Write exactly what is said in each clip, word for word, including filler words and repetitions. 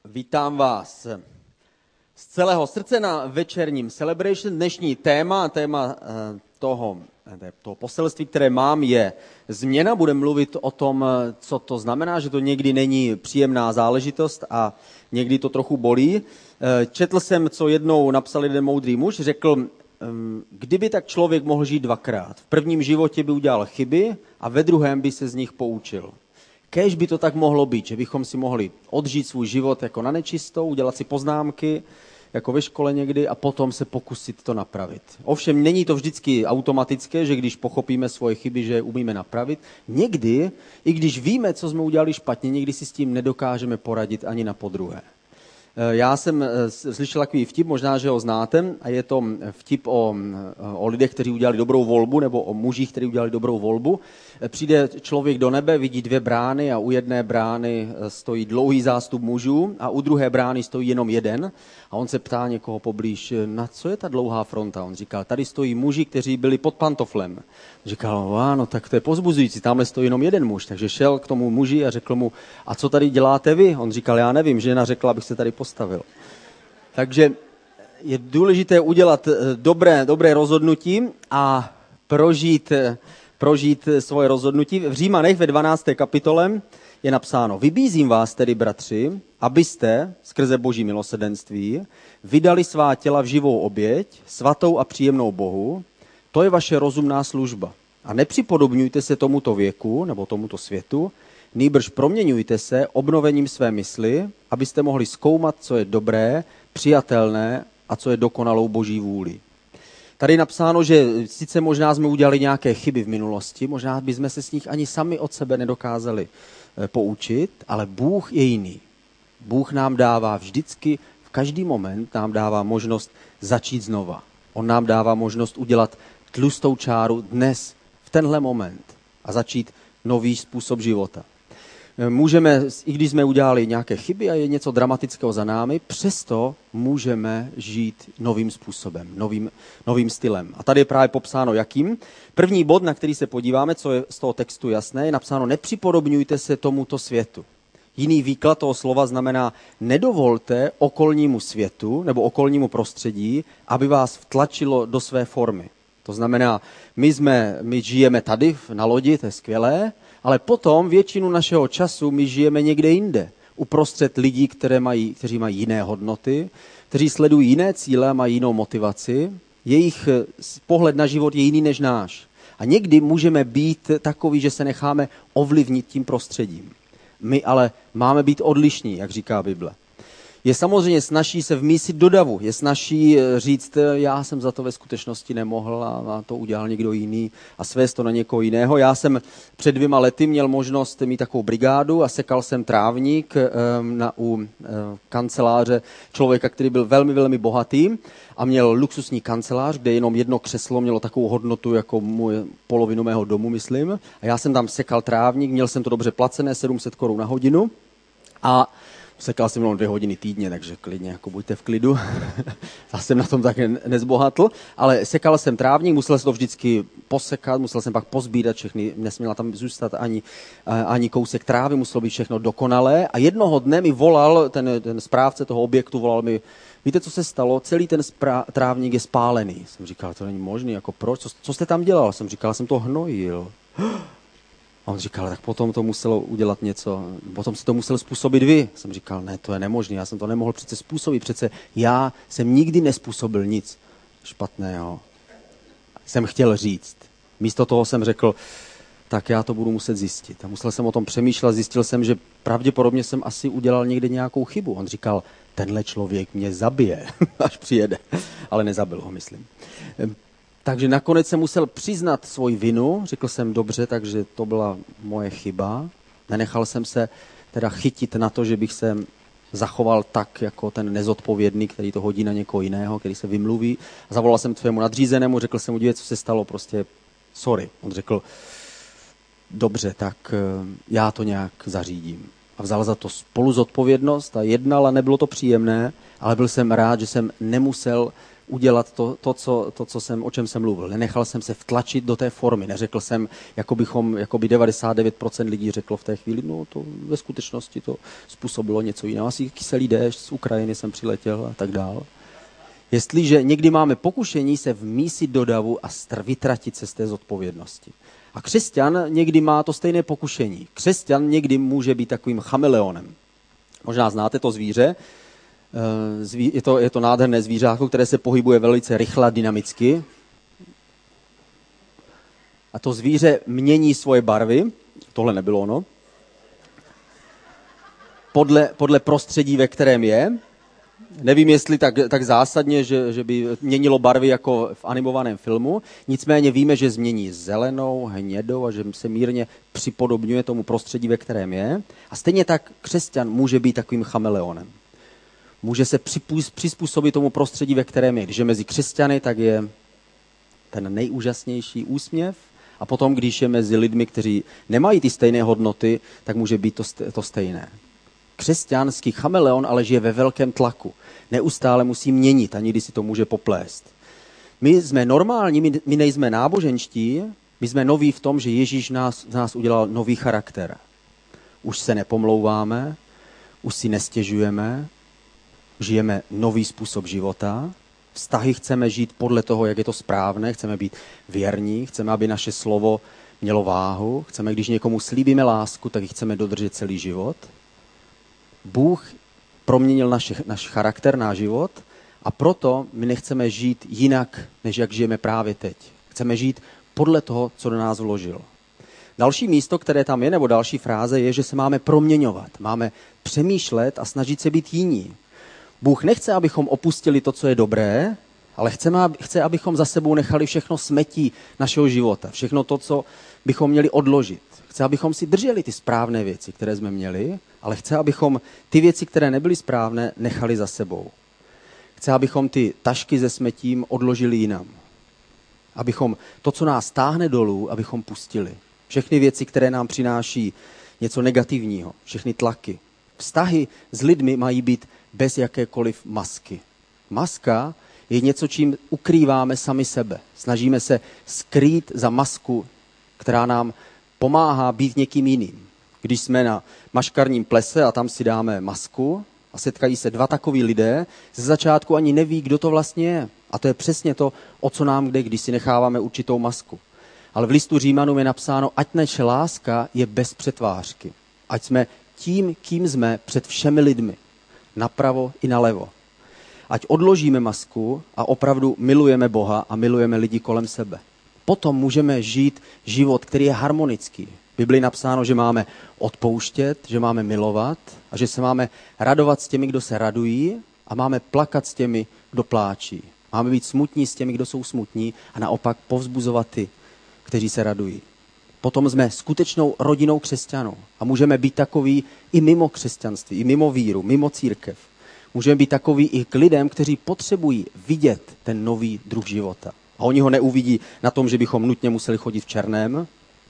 Vítám vás z celého srdce na večerním Celebration. Dnešní téma, téma toho, toho poselství, které mám, je změna. Budeme mluvit o tom, co to znamená, že to někdy není příjemná záležitost a někdy to trochu bolí. Četl jsem, co jednou napsal jeden moudrý muž, řekl, kdyby tak člověk mohl žít dvakrát. V prvním životě by udělal chyby a ve druhém by se z nich poučil. Kéž by to tak mohlo být, že bychom si mohli odžít svůj život jako na nečistou, udělat si poznámky, jako ve škole někdy, a potom se pokusit to napravit. Ovšem není to vždycky automatické, že když pochopíme svoje chyby, že je umíme napravit. Někdy, i když víme, co jsme udělali špatně, někdy si s tím nedokážeme poradit ani na podruhé. Já jsem slyšel takový vtip, možná, že ho znáte, a je to vtip o, o lidech, kteří udělali dobrou volbu, nebo o mužích, kteří udělali dobrou volbu. Přijde člověk do nebe, vidí dvě brány a u jedné brány stojí dlouhý zástup mužů a u druhé brány stojí jenom jeden. A on se ptá někoho poblíž, na co je ta dlouhá fronta? On říkal, tady stojí muži, kteří byli pod pantoflem. Říkal, no tak to je povzbuzující, tamhle stojí jenom jeden muž. Takže šel k tomu muži a řekl mu, a co tady děláte vy? On říkal, já nevím, žena řekla, abych se tady postavil. Takže je důležité udělat dobré, dobré rozhodnutí a prožít, prožít svoje rozhodnutí. V Římanech ve dvanácté kapitole je napsáno, vybízím vás tedy, bratři, abyste skrze boží milosrdenství vydali svá těla v živou oběť, svatou a příjemnou Bohu, to je vaše rozumná služba. A nepřipodobňujte se tomuto věku nebo tomuto světu, nýbrž proměňujte se obnovením své mysli, abyste mohli zkoumat, co je dobré, přijatelné a co je dokonalou boží vůli. Tady je napsáno, že sice možná jsme udělali nějaké chyby v minulosti, možná bychom se s nich ani sami od sebe nedokázali poučit, ale Bůh je jiný. Bůh nám dává vždycky, v každý moment nám dává možnost začít znova. On nám dává možnost udělat tlustou čáru dnes, v tenhle moment a začít nový způsob života. Můžeme, i když jsme udělali nějaké chyby a je něco dramatického za námi, přesto můžeme žít novým způsobem, novým, novým stylem. A tady je právě popsáno jakým. První bod, na který se podíváme, co je z toho textu jasné, je napsáno nepřipodobňujte se tomuto světu. Jiný výklad toho slova znamená nedovolte okolnímu světu nebo okolnímu prostředí, aby vás vtlačilo do své formy. To znamená, my, jsme, my žijeme tady na lodi, to je skvělé, ale potom většinu našeho času my žijeme někde jinde. Uprostřed lidí, které mají, kteří mají jiné hodnoty, kteří sledují jiné cíle, mají jinou motivaci. Jejich pohled na život je jiný než náš. A někdy můžeme být takový, že se necháme ovlivnit tím prostředím. My ale máme být odlišní, jak říká Bible. Je samozřejmě snazší se vmísit do davu, je snazší říct, já jsem za to ve skutečnosti nemohl a to udělal někdo jiný a svést to na někoho jiného. Já jsem před dvěma lety měl možnost mít takovou brigádu a sekal jsem trávník na, u kanceláře člověka, který byl velmi, velmi bohatý a měl luxusní kancelář, kde jenom jedno křeslo mělo takovou hodnotu jako můj, polovinu mého domu, myslím. A já jsem tam sekal trávník, měl jsem to dobře placené, sedm set korun na hodinu a sekal jsem jenom dvě hodiny týdně, takže klidně, jako buďte v klidu. Já jsem na tom také nezbohatl, ale sekal jsem trávník, musel jsem to vždycky posekat, musel jsem pak pozbírat všechny, nesměla tam zůstat ani, ani kousek trávy, muselo být všechno dokonalé. A jednoho dne mi volal, ten, ten správce toho objektu volal mi, víte, co se stalo? Celý ten sprá- trávník je spálený. Jsem říkal, to není možné, jako proč? Co, co jste tam dělal? Jsem říkal, jsem to hnojil. A on říkal, tak potom to muselo udělat něco, potom si to musel způsobit vy. Jsem říkal, ne, to je nemožné, já jsem to nemohl přece způsobit, přece já jsem nikdy nespůsobil nic špatného. Jsem chtěl říct. Místo toho jsem řekl, tak já to budu muset zjistit. A musel jsem o tom přemýšlet, zjistil jsem, že pravděpodobně jsem asi udělal někde nějakou chybu. On říkal, tenhle člověk mě zabije, až přijede. Ale nezabil ho, myslím. Takže nakonec jsem musel přiznat svoji vinu, řekl jsem dobře, takže to byla moje chyba. Nenechal jsem se teda chytit na to, že bych se zachoval tak, jako ten nezodpovědný, který to hodí na někoho jiného, který se vymluví. A zavolal jsem tvému nadřízenému, řekl jsem mu, dívej, co se stalo, prostě sorry. On řekl, dobře, tak já to nějak zařídím. A vzal za to spolu zodpovědnost a jednal a nebylo to příjemné, ale byl jsem rád, že jsem nemusel udělat to, to, co, to co jsem, o čem jsem mluvil. Nenechal jsem se vtlačit do té formy. Neřekl jsem, jako bychom, jako by devadesát devět procent lidí řeklo v té chvíli, no to ve skutečnosti to způsobilo něco jiného. Asi kyselý déšť, z Ukrajiny jsem přiletěl a tak dál. Jestliže někdy máme pokušení se vmísit do davu a vytratit se z té zodpovědnosti. A křesťan někdy má to stejné pokušení. Křesťan někdy může být takovým chameleonem. Možná znáte to zvíře. Je to, je to nádherné zvířátko, které se pohybuje velice rychle a dynamicky. A to zvíře mění svoje barvy. Tohle nebylo ono. Podle, podle prostředí, ve kterém je. Nevím, jestli tak, tak zásadně, že, že by měnilo barvy jako v animovaném filmu. Nicméně víme, že změní zelenou, hnědou a že se mírně připodobňuje tomu prostředí, ve kterém je. A stejně tak křesťan může být takovým chameleonem. Může se přizpůsobit tomu prostředí, ve kterém je. Když je mezi křesťany, tak je ten nejúžasnější úsměv. A potom, když je mezi lidmi, kteří nemají ty stejné hodnoty, tak může být to, to stejné. Křesťanský chameleon ale žije ve velkém tlaku. Neustále musí měnit a nikdy si to může poplést. My jsme normální, my, my nejsme náboženští, my jsme noví v tom, že Ježíš nás, nás udělal nový charakter. Už se nepomlouváme, už si nestěžujeme, žijeme nový způsob života, vztahy chceme žít podle toho, jak je to správné, chceme být věrní, chceme, aby naše slovo mělo váhu, chceme, když někomu slíbíme lásku, tak ji chceme dodržet celý život. Bůh proměnil naš, náš charakter, náš život a proto my nechceme žít jinak, než jak žijeme právě teď. Chceme žít podle toho, co do nás vložil. Další místo, které tam je, nebo další fráze je, že se máme proměňovat. Máme přemýšlet a snažit se být jiní. Bůh nechce, abychom opustili to, co je dobré, ale chceme, chce, abychom za sebou nechali všechno smetí našeho života. Všechno to, co bychom měli odložit. Chce, abychom si drželi ty správné věci, které jsme měli, ale chce, abychom ty věci, které nebyly správné, nechali za sebou. Chce, abychom ty tašky se smetím odložili jinam. Abychom to, co nás táhne dolů, abychom pustili. Všechny věci, které nám přináší něco negativního, všechny tlaky. Vztahy s lidmi mají být bez jakékoliv masky. Maska je něco, čím ukrýváme sami sebe. Snažíme se skrýt za masku, která nám pomáhá být někým jiným. Když jsme na maškarním plese a tam si dáme masku a setkají se dva takoví lidé, ze začátku ani neví, kdo to vlastně je. A to je přesně to, o co nám jde, když si necháváme určitou masku. Ale v listu Římanům je napsáno, ať naše láska je bez přetvářky. Ať jsme tím, kým jsme před všemi lidmi. Napravo i nalevo. Ať odložíme masku a opravdu milujeme Boha a milujeme lidi kolem sebe. Potom můžeme žít život, který je harmonický. V Biblii napsáno, že máme odpouštět, že máme milovat a že se máme radovat s těmi, kdo se radují a máme plakat s těmi, kdo pláčí. Máme být smutní s těmi, kdo jsou smutní a naopak povzbuzovat ty, kteří se radují. Potom jsme skutečnou rodinou křesťanů a můžeme být takový i mimo křesťanství, i mimo víru, mimo církev. Můžeme být takový i k lidem, kteří potřebují vidět ten nový druh života. A oni ho neuvidí na tom, že bychom nutně museli chodit v černém,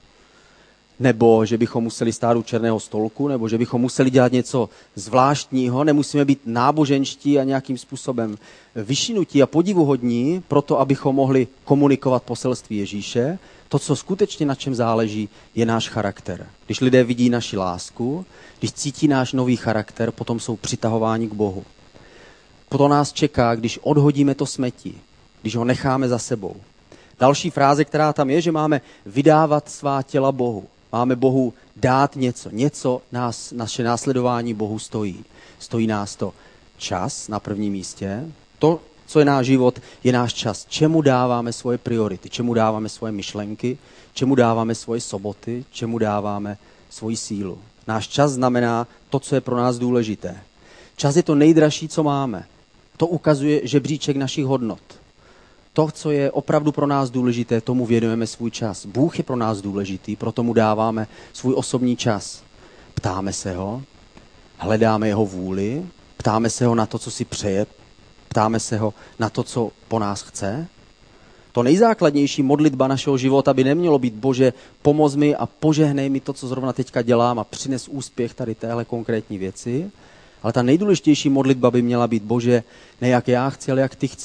nebo že bychom museli stát u černého stolku, nebo že bychom museli dělat něco zvláštního. Nemusíme být náboženští a nějakým způsobem vyšinutí a podivuhodní, proto abychom mohli komunikovat poselství Ježíše. To, co skutečně na čem záleží, je náš charakter. Když lidé vidí naši lásku, když cítí náš nový charakter, potom jsou přitahováni k Bohu. Potom nás čeká, když odhodíme to smetí, když ho necháme za sebou. Další fráze, která tam je, že máme vydávat svá těla Bohu. Máme Bohu dát něco. Něco nás, naše následování Bohu stojí. Stojí nás to čas na prvním místě. To, co je náš život, je náš čas. Čemu dáváme svoje priority, čemu dáváme svoje myšlenky, čemu dáváme svoje soboty, čemu dáváme svoji sílu. Náš čas znamená to, co je pro nás důležité. Čas je to nejdražší, co máme. To ukazuje žebříček našich hodnot. To, co je opravdu pro nás důležité, tomu věnujeme svůj čas. Bůh je pro nás důležitý, proto mu dáváme svůj osobní čas. Ptáme se ho, hledáme jeho vůli, ptáme se ho na to, co si přeje, ptáme se ho na to, co po nás chce. To nejzákladnější modlitba našeho života by nemělo být Bože, pomoz mi a požehnej mi to, co zrovna teďka dělám a přines úspěch tady téhle konkrétní věci. Ale ta nejdůležitější modlitba by měla být Bože, ne jak já chci, ale jak ty chceš.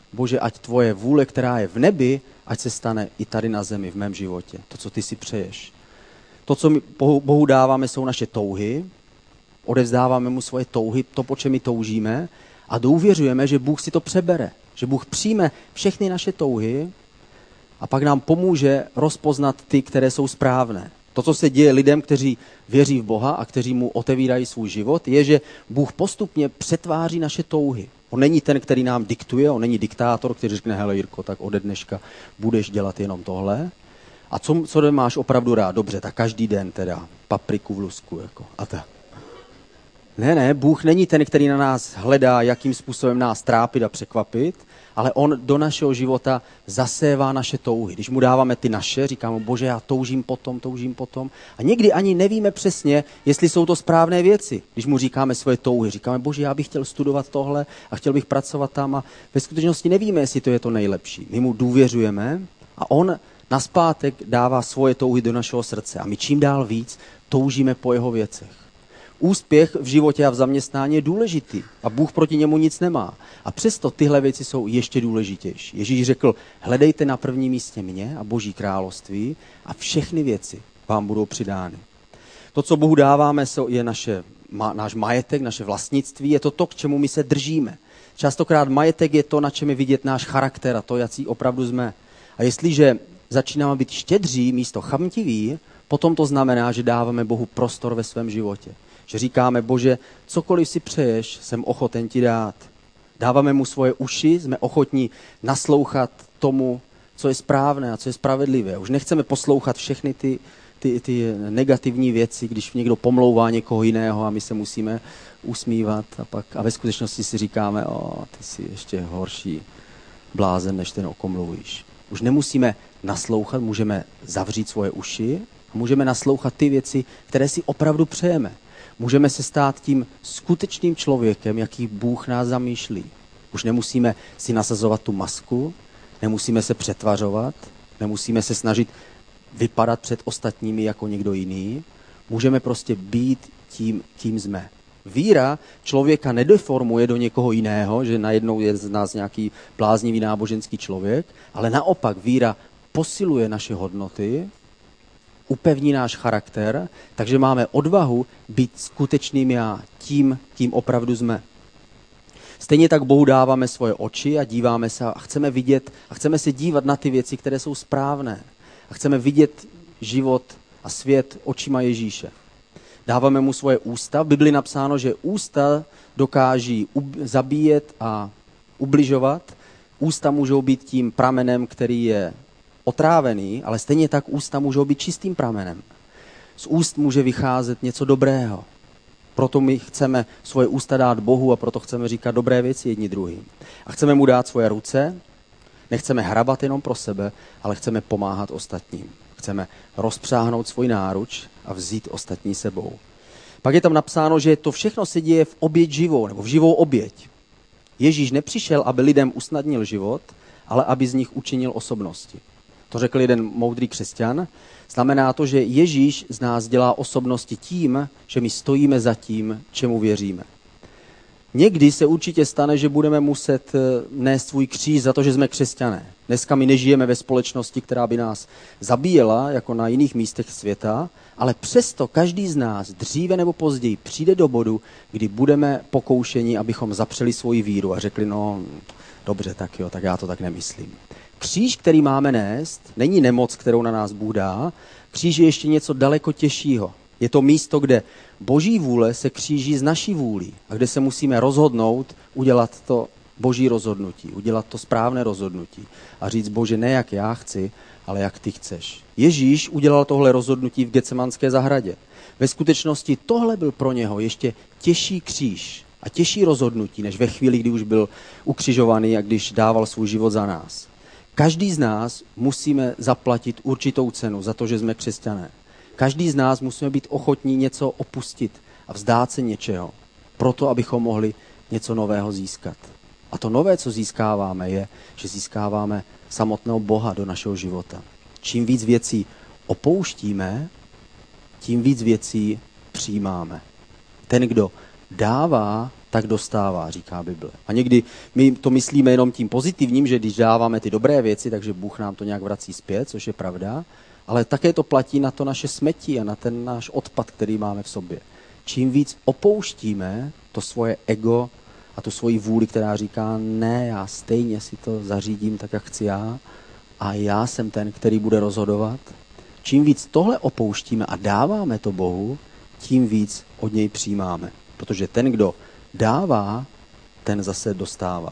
Bože, ať tvoje vůle, která je v nebi, ať se stane i tady na zemi, v mém životě. To, co ty si přeješ. To, co my Bohu dáváme, jsou naše touhy. Odevzdáváme mu svoje touhy, to, po čem my toužíme. A důvěřujeme, že Bůh si to přebere. Že Bůh přijme všechny naše touhy a pak nám pomůže rozpoznat ty, které jsou správné. To, co se děje lidem, kteří věří v Boha a kteří mu otevírají svůj život, je, že Bůh postupně přetváří naše touhy. On není ten, který nám diktuje, on není diktátor, který řekne, hele Jirko, tak ode dneška budeš dělat jenom tohle. A co, co máš opravdu rád? Dobře, tak každý den teda papriku v lusku. Jako, a tak. Ne, ne, Bůh není ten, který na nás hledá, jakým způsobem nás trápit a překvapit, ale on do našeho života zasévá naše touhy. Když mu dáváme ty naše, říkáme, Bože, já toužím potom, toužím potom. A někdy ani nevíme přesně, jestli jsou to správné věci. Když mu říkáme svoje touhy, říkáme, Bože, já bych chtěl studovat tohle a chtěl bych pracovat tam a ve skutečnosti nevíme, jestli to je to nejlepší. My mu důvěřujeme a on nazpátek dává svoje touhy do našeho srdce a my čím dál víc toužíme po jeho věcech. Úspěch v životě a v zaměstnání je důležitý a Bůh proti němu nic nemá. A přesto tyhle věci jsou ještě důležitější. Ježíš řekl, hledejte na prvním místě mě a Boží království a všechny věci vám budou přidány. To, co Bohu dáváme, je naše, ma, náš majetek, naše vlastnictví, je to to, k čemu my se držíme. Častokrát majetek je to, na čem je vidět náš charakter a to, jací opravdu jsme. A jestliže začínáme být štědří místo chamtiví, potom to znamená, že dáváme Bohu prostor ve svém životě. Že říkáme, Bože, cokoliv si přeješ, jsem ochoten ti dát. Dáváme mu svoje uši, jsme ochotní naslouchat tomu, co je správné a co je spravedlivé. Už nechceme poslouchat všechny ty, ty, ty negativní věci, když někdo pomlouvá někoho jiného a my se musíme usmívat. A, pak, a ve skutečnosti si říkáme, o, ty jsi ještě horší blázen, než ten, o kom mluvíš. Už nemusíme naslouchat, můžeme zavřít svoje uši a můžeme naslouchat ty věci, které si opravdu přejeme. Můžeme se stát tím skutečným člověkem, jaký Bůh nás zamýšlí. Už nemusíme si nasazovat tu masku, nemusíme se přetvařovat, nemusíme se snažit vypadat před ostatními jako někdo jiný. Můžeme prostě být tím, kým jsme. Víra člověka nedeformuje do někoho jiného, že najednou je z nás nějaký bláznivý náboženský člověk, ale naopak víra posiluje naše hodnoty, upevní náš charakter, takže máme odvahu být skutečným já, tím, tím opravdu jsme. Stejně tak Bohu dáváme svoje oči a díváme se a chceme vidět a chceme se dívat na ty věci, které jsou správné. A chceme vidět život a svět očima Ježíše. Dáváme mu svoje ústa. V Bibli napsáno, že ústa dokáží ub- zabíjet a ubližovat. Ústa můžou být tím pramenem, který je otrávený, ale stejně tak ústa můžou být čistým pramenem. Z úst může vycházet něco dobrého. Proto my chceme svoje ústa dát Bohu a proto chceme říkat dobré věci jedni druhým. A chceme mu dát svoje ruce, nechceme hrabat jenom pro sebe, ale chceme pomáhat ostatním. Chceme rozpřáhnout svůj náruč a vzít ostatní sebou. Pak je tam napsáno, že to všechno se děje v oběť živou, nebo v živou oběť. Ježíš nepřišel, aby lidem usnadnil život, ale aby z nich učinil osobnosti. To řekl jeden moudrý křesťan. Znamená to, že Ježíš z nás dělá osobnosti tím, že my stojíme za tím, čemu věříme. Někdy se určitě stane, že budeme muset nést svůj kříž za to, že jsme křesťané. Dneska my nežijeme ve společnosti, která by nás zabíjela, jako na jiných místech světa, ale přesto každý z nás dříve nebo později přijde do bodu, kdy budeme pokoušeni, abychom zapřeli svoji víru a řekli, no dobře, tak jo, tak já to tak nemyslím. Kříž, který máme nést, není nemoc, kterou na nás Bůh dá. Kříž je ještě něco daleko těžšího. Je to místo, kde Boží vůle se kříží s naší vůlí a kde se musíme rozhodnout udělat to Boží rozhodnutí, udělat to správné rozhodnutí a říct, Bože, ne jak já chci, ale jak ty chceš. Ježíš udělal tohle rozhodnutí v Getsemanské zahradě. Ve skutečnosti tohle byl pro něho ještě těžší kříž a těžší rozhodnutí, než ve chvíli, kdy už byl ukřižovaný a když dával svůj život za nás. Každý z nás musíme zaplatit určitou cenu za to, že jsme křesťané. Každý z nás musíme být ochotní něco opustit a vzdát se něčeho, proto abychom mohli něco nového získat. A to nové, co získáváme, je, že získáváme samotného Boha do našeho života. Čím víc věcí opouštíme, tím víc věcí přijímáme. Ten, kdo dává, tak dostává, říká Bible. A někdy my to myslíme jenom tím pozitivním, že když dáváme ty dobré věci, takže Bůh nám to nějak vrací zpět, což je pravda, ale také to platí na to naše smetí a na ten náš odpad, který máme v sobě. Čím víc opouštíme to svoje ego a tu svoji vůli, která říká, ne, já stejně si to zařídím tak, jak chci já a já jsem ten, který bude rozhodovat. Čím víc tohle opouštíme a dáváme to Bohu, tím víc od něj přijímáme. Protože ten, kdo dává, ten zase dostává.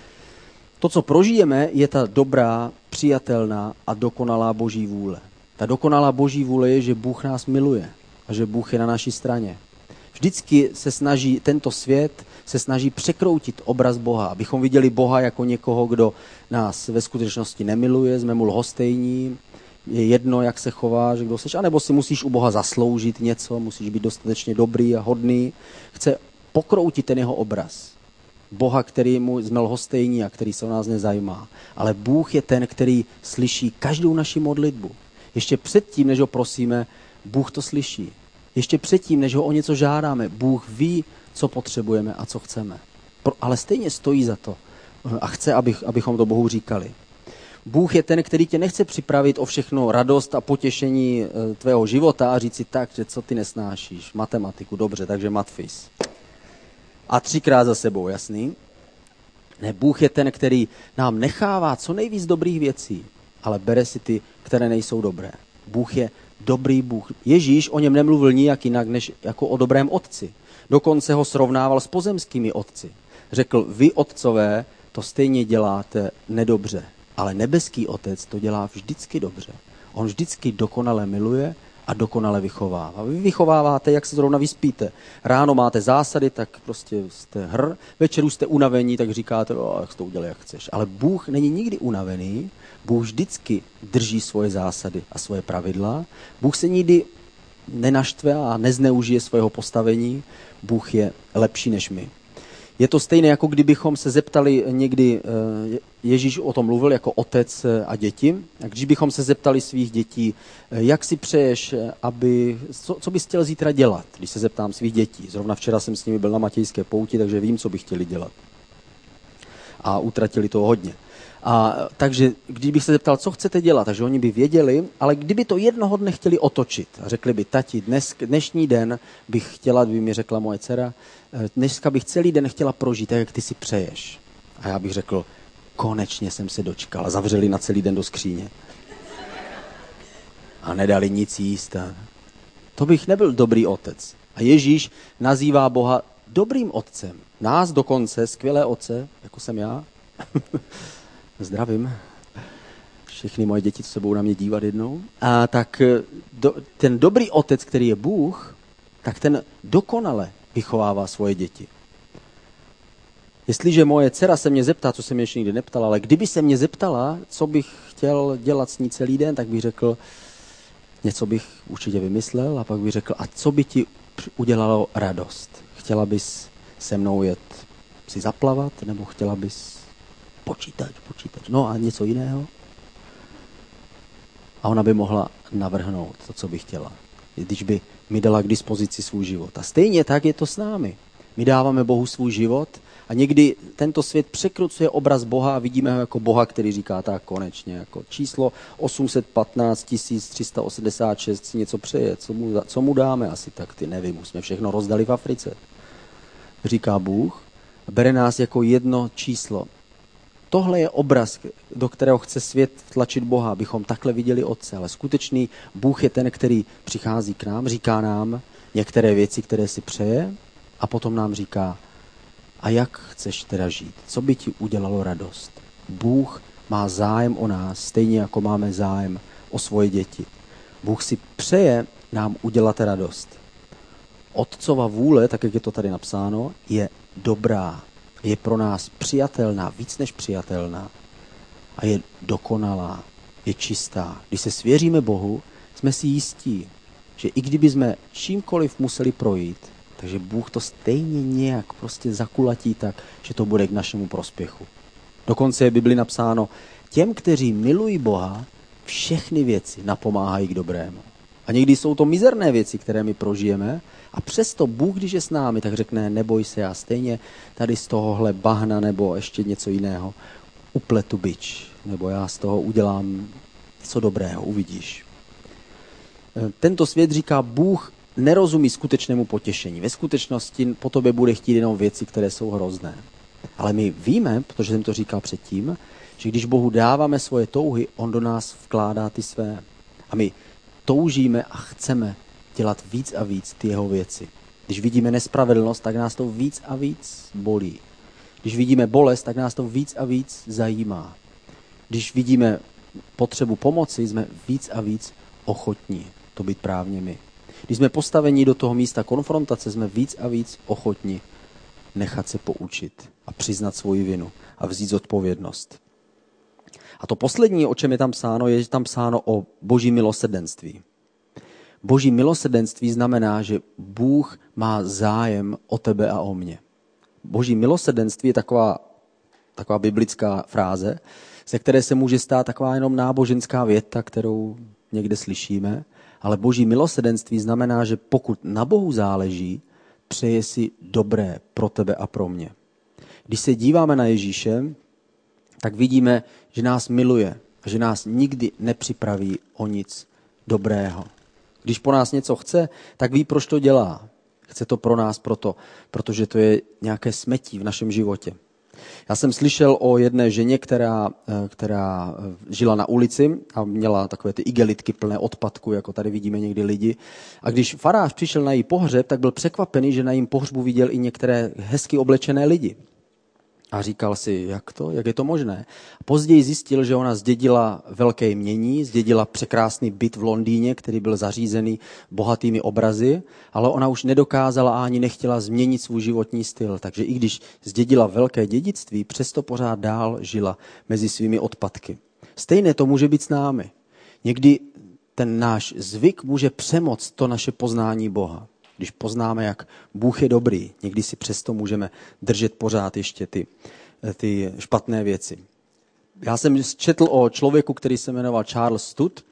To, co prožijeme, je ta dobrá, přijatelná a dokonalá Boží vůle. Ta dokonalá Boží vůle je, že Bůh nás miluje a že Bůh je na naší straně. Vždycky se snaží, tento svět se snaží překroutit obraz Boha, abychom viděli Boha jako někoho, kdo nás ve skutečnosti nemiluje, jsme mu lhostejní, je jedno, jak se chováš, kdo seš, anebo si musíš u Boha zasloužit něco, musíš být dostatečně dobrý a hodný. Chce pokroutit ten jeho obraz. Boha, který mu jsme lhostejní a který se o nás nezajímá. Ale Bůh je ten, který slyší každou naši modlitbu. Ještě předtím, než ho prosíme, Bůh to slyší. Ještě předtím, než ho o něco žádáme, Bůh ví, co potřebujeme a co chceme. Ale stejně stojí za to a chce, abych, abychom to Bohu říkali. Bůh je ten, který tě nechce připravit o všechno radost a potěšení tvého života a říct si tak, že co ty nesnášíš, matematiku, dobře, takže matfis. A třikrát za sebou, jasný? Ne, Bůh je ten, který nám nechává co nejvíc dobrých věcí, ale bere si ty, které nejsou dobré. Bůh je dobrý Bůh. Ježíš o něm nemluvil nijak jinak, než jako o dobrém otci. Dokonce ho srovnával s pozemskými otci. Řekl, vy otcové to stejně děláte nedobře, ale nebeský otec to dělá vždycky dobře. On vždycky dokonale miluje a dokonale vychovává. Vy vychováváte, jak se zrovna vyspíte. Ráno máte zásady, tak prostě jste hr, večeru jste unavení, tak říkáte, o, jak jsi to udělal, jak chceš. Ale Bůh není nikdy unavený, Bůh vždycky drží svoje zásady a svoje pravidla. Bůh se nikdy nenaštve a nezneužije svého postavení. Bůh je lepší než my. Je to stejné, jako kdybychom se zeptali někdy, Ježíš o tom mluvil jako otec a děti, a když bychom se zeptali svých dětí, jak si přeješ, aby, co, co bys chtěl zítra dělat, když se zeptám svých dětí. Zrovna včera jsem s nimi byl na Matějské pouti, takže vím, co by chtěli dělat. A utratili toho hodně. A takže kdybych se zeptal, co chcete dělat, takže oni by věděli, ale kdyby to jednoho dne chtěli otočit a řekli by, tati, dnes, dnešní den bych chtěla, by mi řekla moje dcera, dneska bych celý den chtěla prožít, tak jak ty si přeješ. A já bych řekl, konečně jsem se dočkal. A zavřeli na celý den do skříně. A nedali nic jíst. A to bych nebyl dobrý otec. A Ježíš nazývá Boha dobrým otcem. Nás dokonce, skvělé otce, jako jsem já. Zdravím. Všechny moje děti, co se budou na mě dívat jednou. A tak do, ten dobrý otec, který je Bůh, tak ten dokonale vychovává svoje děti. Jestliže moje dcera se mě zeptá, co jsem ještě nikdy neptala, ale kdyby se mě zeptala, co bych chtěl dělat s ní celý den, tak bych řekl, něco bych určitě vymyslel a pak bych řekl, a co by ti udělalo radost? Chtěla bys se mnou jet si zaplavat, nebo chtěla bys počítač, počítač, no a něco jiného? A ona by mohla navrhnout to, co by chtěla, když by mi dala k dispozici svůj život. A stejně tak je to s námi. My dáváme Bohu svůj život a někdy tento svět překrucuje obraz Boha a vidíme ho jako Boha, který říká tak konečně, jako číslo osm set patnáct tisíc tři sta osmdesát šest si něco přeje, co mu, co mu dáme asi tak, ty nevím, už jsme všechno rozdali v Africe. Říká Bůh, bere nás jako jedno číslo. Tohle je obraz, do kterého chce svět tlačit Boha, abychom takhle viděli Otce. Ale skutečný Bůh je ten, který přichází k nám, říká nám některé věci, které si přeje a potom nám říká, a jak chceš teda žít? Co by ti udělalo radost? Bůh má zájem o nás, stejně jako máme zájem o svoje děti. Bůh si přeje nám udělat radost. Otcova vůle, tak jak je to tady napsáno, je dobrá. Je pro nás přijatelná, víc než přijatelná. A je dokonalá, je čistá. Když se svěříme Bohu, jsme si jistí, že i kdyby jsme čímkoliv museli projít, takže Bůh to stejně nějak prostě zakulatí tak, že to bude k našemu prospěchu. Dokonce je v Bibli napsáno, těm, kteří milují Boha, všechny věci napomáhají k dobrému. A A někdy jsou to mizerné věci, které my prožijeme. A přesto Bůh, když je s námi, tak řekne, neboj se, já stejně tady z tohohle bahna nebo ještě něco jiného upletu bič. Nebo já z toho udělám něco dobrého, uvidíš. Tento svět říká, Bůh nerozumí skutečnému potěšení. Ve skutečnosti po tobě bude chtít jenom věci, které jsou hrozné. Ale my víme, protože jsem to říkal předtím, že když Bohu dáváme svoje touhy, on do nás vkládá ty své. A my toužíme a chceme dělat víc a víc ty jeho věci. Když vidíme nespravedlnost, tak nás to víc a víc bolí. Když vidíme bolest, tak nás to víc a víc zajímá. Když vidíme potřebu pomoci, jsme víc a víc ochotní to být právě my. Když jsme postaveni do toho místa konfrontace, jsme víc a víc ochotní nechat se poučit a přiznat svoji vinu a vzít zodpovědnost. A to poslední, o čem je tam psáno, je tam psáno o boží milosrdenství. Boží milosrdenství znamená, že Bůh má zájem o tebe a o mě. Boží milosrdenství je taková, taková biblická fráze, ze které se může stát taková jenom náboženská věta, kterou někde slyšíme, ale boží milosrdenství znamená, že pokud na Bohu záleží, přeje si dobré pro tebe a pro mě. Když se díváme na Ježíše, tak vidíme, že nás miluje a že nás nikdy nepřipraví o nic dobrého. Když po nás něco chce, tak ví, proč to dělá. Chce to pro nás proto, protože to je nějaké smetí v našem životě. Já jsem slyšel o jedné ženě, která, která žila na ulici a měla takové ty igelitky plné odpadku, jako tady vidíme někdy lidi. A když farář přišel na její pohřeb, tak byl překvapený, že na jejím pohřbu viděl i některé hezky oblečené lidi. A říkal si, jak to, jak je to možné. Později zjistil, že ona zdědila velké jmění, zdědila překrásný byt v Londýně, který byl zařízený bohatými obrazy, ale ona už nedokázala a ani nechtěla změnit svůj životní styl. Takže i když zdědila velké dědictví, přesto pořád dál žila mezi svými odpadky. Stejné to může být s námi. Někdy ten náš zvyk může přemoct to naše poznání Boha. Když poznáme, jak Bůh je dobrý, někdy si přesto můžeme držet pořád ještě ty, ty špatné věci. Já jsem četl o člověku, který se jmenoval Charles Studd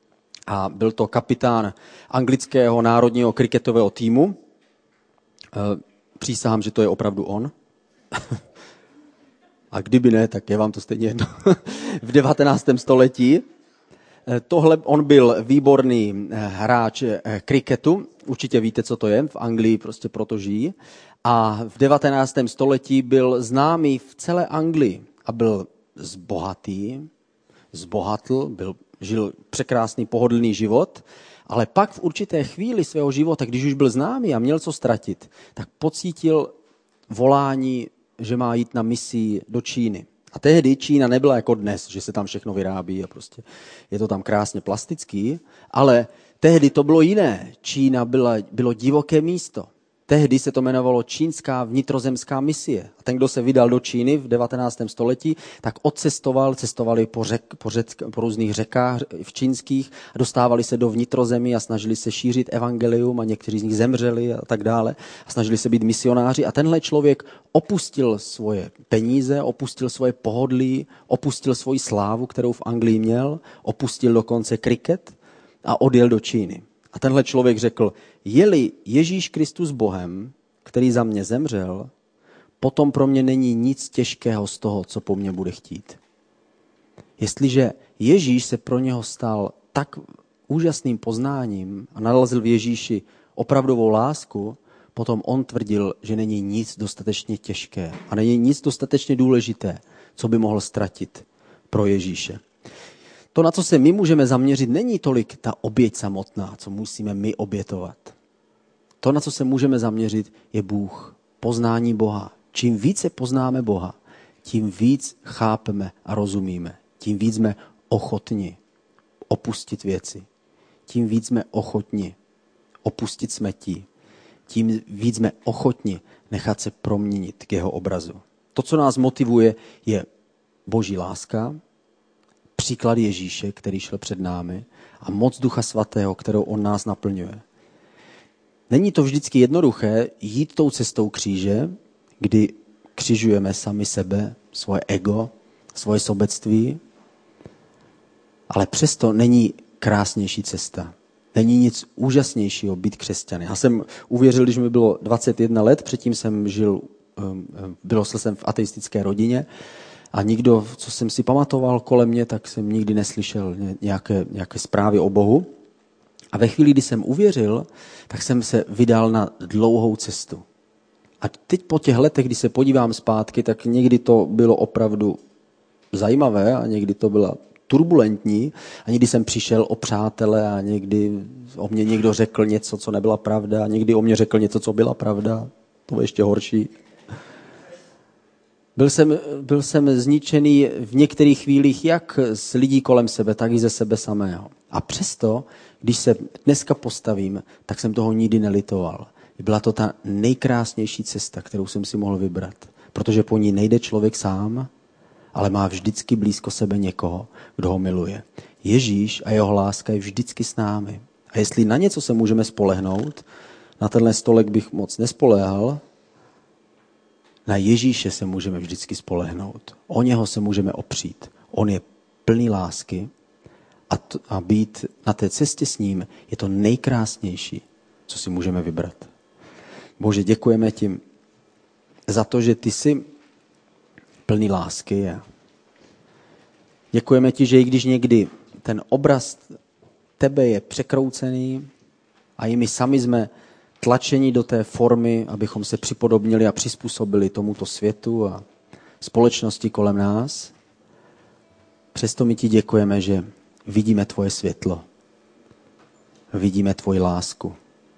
a byl to kapitán anglického národního kriketového týmu. Přísahám, že to je opravdu on. A kdyby ne, tak je vám to stejně jedno. V devatenáctém století. Tohle, on byl výborný hráč kriketu, určitě víte, co to je, v Anglii prostě proto žijí. A v devatenáctém století byl známý v celé Anglii a byl zbohatý, zbohatl, byl, žil překrásný, pohodlný život, ale pak v určité chvíli svého života, když už byl známý a měl co ztratit, tak pocítil volání, že má jít na misi do Číny. A tehdy Čína nebyla jako dnes, že se tam všechno vyrábí a prostě je to tam krásně plastický, ale tehdy to bylo jiné. Čína byla, bylo divoké místo. Tehdy se to jmenovalo Čínská vnitrozemská misie. A ten, kdo se vydal do Číny v devatenáctém století, tak odcestoval, cestovali po, řek, po, řek, po různých řekách v čínských a dostávali se do vnitrozemí a snažili se šířit evangelium a někteří z nich zemřeli a tak dále. A snažili se být misionáři. A tenhle člověk opustil svoje peníze, opustil svoje pohodlí, opustil svoji slávu, kterou v Anglii měl, opustil dokonce kriket a odjel do Číny. A tenhle člověk řekl, je-li Ježíš Kristus Bohem, který za mě zemřel, potom pro mě není nic těžkého z toho, co po mně bude chtít. Jestliže Ježíš se pro něho stal tak úžasným poznáním a nalezl v Ježíši opravdovou lásku, potom on tvrdil, že není nic dostatečně těžké a není nic dostatečně důležité, co by mohl ztratit pro Ježíše. To, na co se my můžeme zaměřit, není tolik ta oběť samotná, co musíme my obětovat. To, na co se můžeme zaměřit, je Bůh, poznání Boha. Čím více poznáme Boha, tím víc chápeme a rozumíme. Tím víc jsme ochotni opustit věci. Tím víc jsme ochotni opustit smetí. Tím víc jsme ochotni nechat se proměnit k jeho obrazu. To, co nás motivuje, je Boží láska, příklad Ježíše, který šel před námi a moc Ducha Svatého, kterou on nás naplňuje. Není to vždycky jednoduché jít tou cestou kříže, kdy křižujeme sami sebe, svoje ego, svoje sobectví, ale přesto není krásnější cesta. Není nic úžasnějšího být křesťany. Já jsem uvěřil, když mi bylo dvacet jedna let, předtím jsem žil, vyrostl jsem v ateistické rodině a nikdo, co jsem si pamatoval kolem mě, tak jsem nikdy neslyšel nějaké, nějaké zprávy o Bohu. A ve chvíli, kdy jsem uvěřil, tak jsem se vydal na dlouhou cestu. A teď po těch letech, kdy se podívám zpátky, tak někdy to bylo opravdu zajímavé a někdy to byla turbulentní a někdy jsem přišel o přátele a někdy o mě někdo řekl něco, co nebyla pravda a někdy o mě řekl něco, co byla pravda. To bylo ještě horší. Byl jsem, byl jsem zničený v některých chvílích jak z lidí kolem sebe, tak i ze sebe samého. A přesto, když se dneska postavím, tak jsem toho nikdy nelitoval. Byla to ta nejkrásnější cesta, kterou jsem si mohl vybrat. Protože po ní nejde člověk sám, ale má vždycky blízko sebe někoho, kdo ho miluje. Ježíš a jeho láska je vždycky s námi. A jestli na něco se můžeme spolehnout, na tenhle stolek bych moc nespoléhal, na Ježíše se můžeme vždycky spolehnout. O něho se můžeme opřít. On je plný lásky a, t- a být na té cestě s ním je to nejkrásnější, co si můžeme vybrat. Bože, děkujeme ti za to, že ty jsi plný lásky. A děkujeme ti, že i když někdy ten obraz tebe je překroucený a i my sami jsme tlačení do té formy, abychom se připodobnili a přizpůsobili tomuto světu a společnosti kolem nás. Přesto my ti děkujeme, že vidíme tvoje světlo. Vidíme tvoji lásku.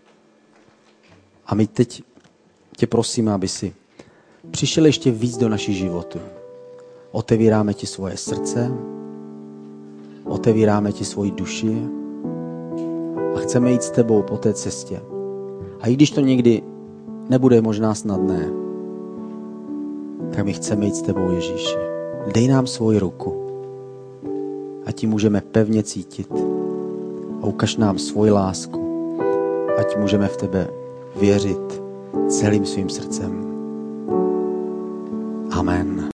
A my teď tě prosíme, aby si přišel ještě víc do našich životů. Otevíráme ti svoje srdce, otevíráme ti svoji duši a chceme jít s tebou po té cestě. A i když to někdy nebude možná snadné, tak my chceme jít s tebou, Ježíši. Dej nám svoji ruku a ti můžeme pevně cítit a ukaž nám svoji lásku, ať můžeme v tebe věřit celým svým srdcem. Amen.